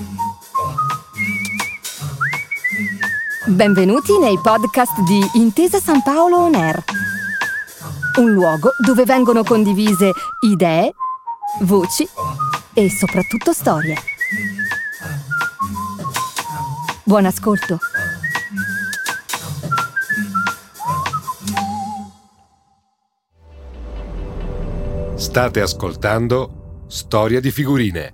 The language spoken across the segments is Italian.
Benvenuti nei podcast di Intesa San Paolo On Air, un luogo dove vengono condivise idee, voci e soprattutto storie. Buon ascolto. State ascoltando Storia di figurine.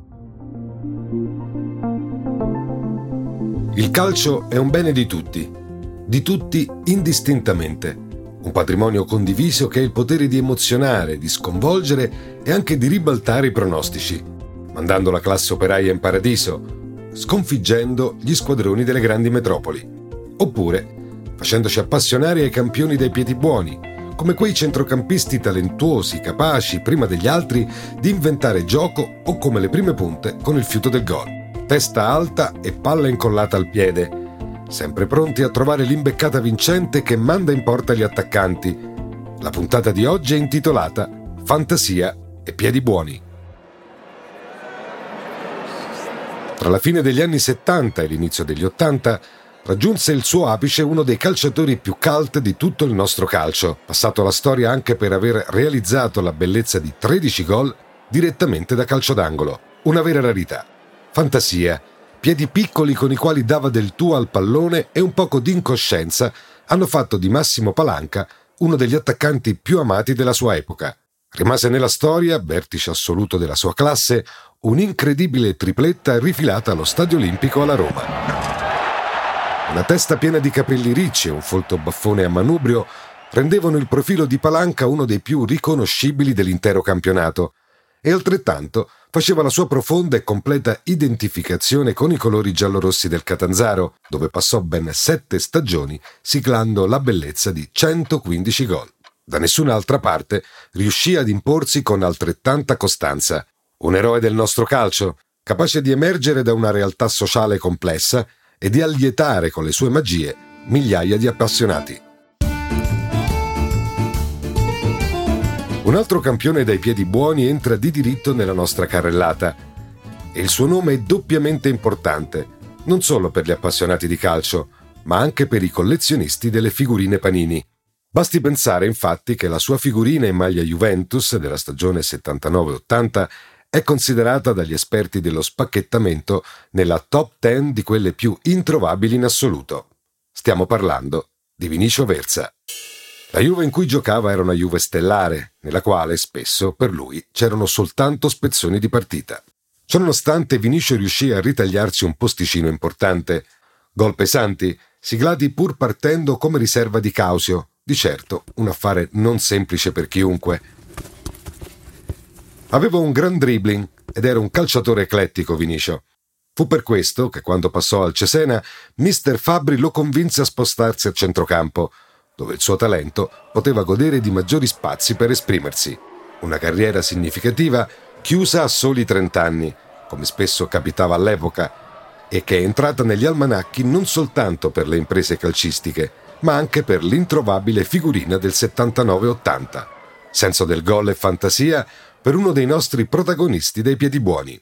Il calcio è un bene di tutti indistintamente. Un patrimonio condiviso che ha il potere di emozionare, di sconvolgere e anche di ribaltare i pronostici, mandando la classe operaia in paradiso, sconfiggendo gli squadroni delle grandi metropoli, oppure facendoci appassionare ai campioni dai piedi buoni, come quei centrocampisti talentuosi, capaci, prima degli altri, di inventare gioco o come le prime punte con il fiuto del gol. Testa alta e palla incollata al piede, sempre pronti a trovare l'imbeccata vincente che manda in porta gli attaccanti. La puntata di oggi è intitolata Fantasia e piedi buoni. Tra la fine degli anni 70 e l'inizio degli 80 raggiunse il suo apice uno dei calciatori più cult di tutto il nostro calcio, passato alla storia anche per aver realizzato la bellezza di 13 gol direttamente da calcio d'angolo. Una vera rarità. Fantasia, piedi piccoli con i quali dava del tuo al pallone e un poco di incoscienza hanno fatto di Massimo Palanca uno degli attaccanti più amati della sua epoca. Rimase nella storia, vertice assoluto della sua classe, un'incredibile tripletta rifilata allo Stadio Olimpico alla Roma. Una testa piena di capelli ricci e un folto baffone a manubrio rendevano il profilo di Palanca uno dei più riconoscibili dell'intero campionato e altrettanto faceva la sua profonda e completa identificazione con i colori giallorossi del Catanzaro, dove passò ben 7 stagioni siglando la bellezza di 115 gol. Da nessun'altra parte riuscì ad imporsi con altrettanta costanza. Un eroe del nostro calcio, capace di emergere da una realtà sociale complessa e di allietare con le sue magie migliaia di appassionati. Un altro campione dai piedi buoni entra di diritto nella nostra carrellata e il suo nome è doppiamente importante, non solo per gli appassionati di calcio, ma anche per i collezionisti delle figurine Panini. Basti pensare infatti che la sua figurina in maglia Juventus della stagione 79-80 è considerata dagli esperti dello spacchettamento nella top 10 di quelle più introvabili in assoluto. Stiamo parlando di Vinicio Verza. La Juve in cui giocava era una Juve stellare, nella quale spesso, per lui, c'erano soltanto spezzoni di partita. Ciononostante, Vinicio riuscì a ritagliarsi un posticino importante. Gol pesanti, siglati pur partendo come riserva di Causio, di certo un affare non semplice per chiunque. Aveva un gran dribbling ed era un calciatore eclettico Vinicio. Fu per questo che quando passò al Cesena, mister Fabbri lo convinse a spostarsi a centrocampo, dove il suo talento poteva godere di maggiori spazi per esprimersi. Una carriera significativa chiusa a soli 30 anni, come spesso capitava all'epoca, e che è entrata negli almanacchi non soltanto per le imprese calcistiche, ma anche per l'introvabile figurina del 79-80. Senso del gol e fantasia per uno dei nostri protagonisti dei piedi buoni.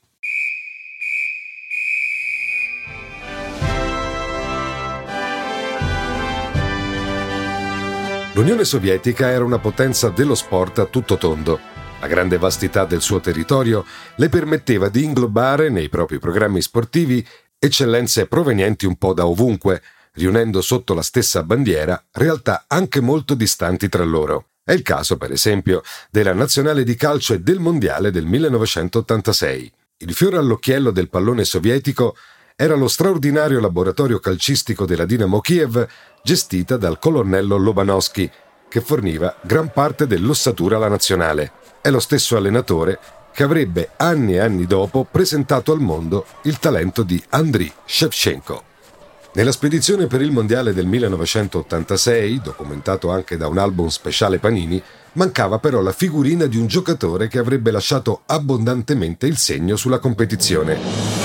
L'Unione Sovietica era una potenza dello sport a tutto tondo. La grande vastità del suo territorio le permetteva di inglobare nei propri programmi sportivi eccellenze provenienti un po' da ovunque, riunendo sotto la stessa bandiera realtà anche molto distanti tra loro. È il caso, per esempio, della nazionale di calcio e del mondiale del 1986. Il fiore all'occhiello del pallone sovietico era lo straordinario laboratorio calcistico della Dinamo Kiev, gestita dal colonnello Lobanovsky, che forniva gran parte dell'ossatura alla nazionale. È lo stesso allenatore che avrebbe anni e anni dopo presentato al mondo il talento di Andriy Shevchenko. Nella spedizione per il mondiale del 1986, documentato anche da un album speciale Panini, mancava però la figurina di un giocatore che avrebbe lasciato abbondantemente il segno sulla competizione.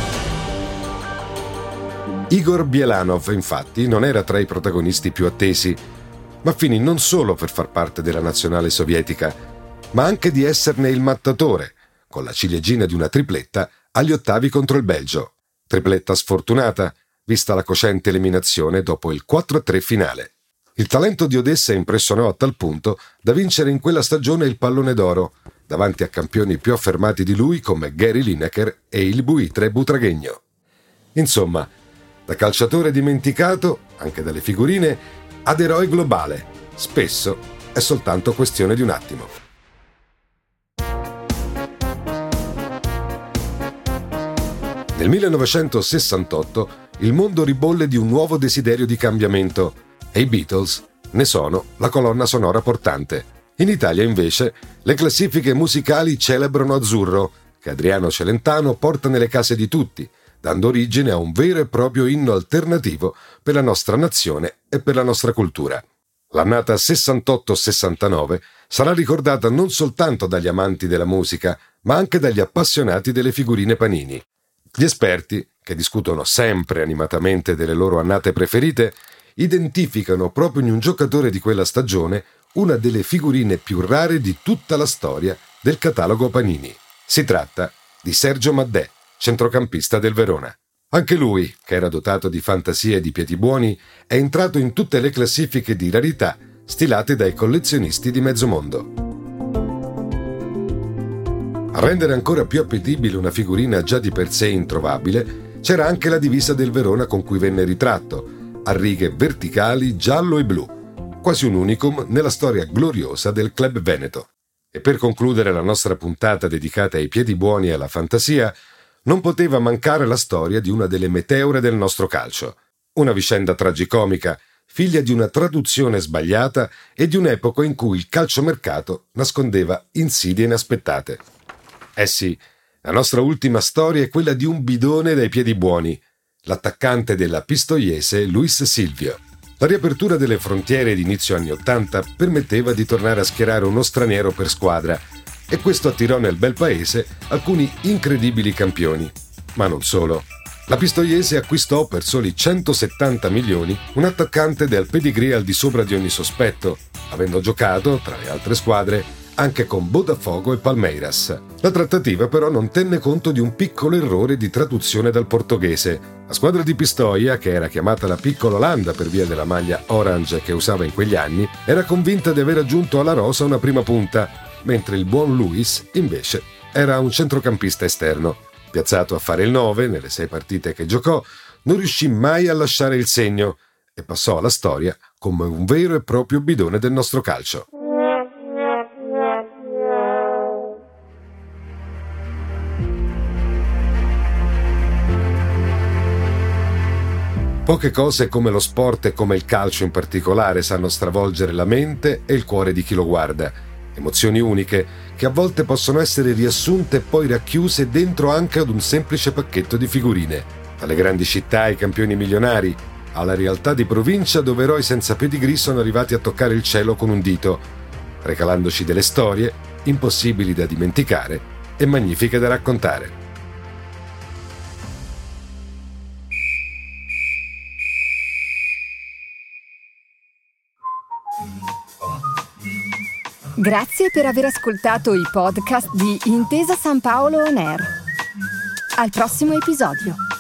Igor Bielanov, infatti, non era tra i protagonisti più attesi, ma finì non solo per far parte della nazionale sovietica, ma anche di esserne il mattatore, con la ciliegina di una tripletta agli ottavi contro il Belgio. tripletta sfortunata, vista la cocente eliminazione dopo il 4-3 finale. Il talento di Odessa impressionò a tal punto da vincere in quella stagione il Pallone d'Oro, davanti a campioni più affermati di lui come Gary Lineker e il buitre Butragueño. Insomma, da calciatore dimenticato, anche dalle figurine, ad eroe globale. Spesso è soltanto questione di un attimo. Nel 1968 il mondo ribolle di un nuovo desiderio di cambiamento e i Beatles ne sono la colonna sonora portante. In Italia, invece, le classifiche musicali celebrano Azzurro, che Adriano Celentano porta nelle case di tutti, dando origine a un vero e proprio inno alternativo per la nostra nazione e per la nostra cultura. L'annata 68-69 sarà ricordata non soltanto dagli amanti della musica, ma anche dagli appassionati delle figurine Panini. Gli esperti, che discutono sempre animatamente delle loro annate preferite, identificano proprio in un giocatore di quella stagione una delle figurine più rare di tutta la storia del catalogo Panini. Si tratta di Sergio Maddè, centrocampista del Verona. Anche lui, che era dotato di fantasia e di piedi buoni, è entrato in tutte le classifiche di rarità stilate dai collezionisti di mezzo mondo. A rendere ancora più appetibile una figurina già di per sé introvabile, c'era anche la divisa del Verona con cui venne ritratto, a righe verticali giallo e blu, quasi un unicum nella storia gloriosa del club veneto. E per concludere la nostra puntata dedicata ai piedi buoni e alla fantasia, non poteva mancare la storia di una delle meteore del nostro calcio. Una vicenda tragicomica, figlia di una traduzione sbagliata e di un'epoca in cui il calciomercato nascondeva insidie inaspettate. Eh sì, la nostra ultima storia è quella di un bidone dai piedi buoni, l'attaccante della Pistoiese Luis Silvio. La riapertura delle frontiere di inizio anni '80 permetteva di tornare a schierare uno straniero per squadra e questo attirò nel bel paese alcuni incredibili campioni. Ma non solo. La Pistoiese acquistò per soli 170 milioni un attaccante del pedigree al di sopra di ogni sospetto, avendo giocato, tra le altre squadre, anche con Botafogo e Palmeiras. La trattativa però non tenne conto di un piccolo errore di traduzione dal portoghese. La squadra di Pistoia, che era chiamata la Piccola Olanda per via della maglia orange che usava in quegli anni, era convinta di aver aggiunto alla rosa una prima punta, mentre il buon Luis, invece, era un centrocampista esterno. Piazzato a fare il 9 nelle 6 partite che giocò, non riuscì mai a lasciare il segno e passò alla storia come un vero e proprio bidone del nostro calcio. Poche cose come lo sport e come il calcio in particolare sanno stravolgere la mente e il cuore di chi lo guarda. Emozioni uniche che a volte possono essere riassunte e poi racchiuse dentro anche ad un semplice pacchetto di figurine. Dalle grandi città ai campioni milionari, alla realtà di provincia dove eroi senza pedigree sono arrivati a toccare il cielo con un dito, regalandoci delle storie impossibili da dimenticare e magnifiche da raccontare. Grazie per aver ascoltato i podcast di Intesa San Paolo On Air. Al prossimo episodio.